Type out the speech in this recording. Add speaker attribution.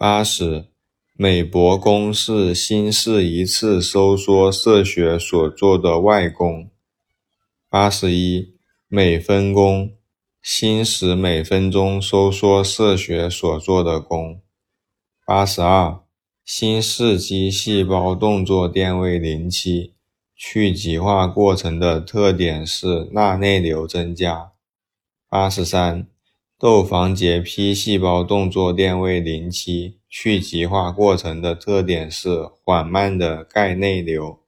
Speaker 1: 80. 镁铂弓是心室一次收缩射血所做的外弓。81. 镁分弓，心室每分钟收缩射血所做的弓。82. 心室肌细胞动作电位07，去极化过程的特点是钠内流增加。83. 窦房结坯细胞动作电位07，去极化过程的特点是缓慢的钙内流。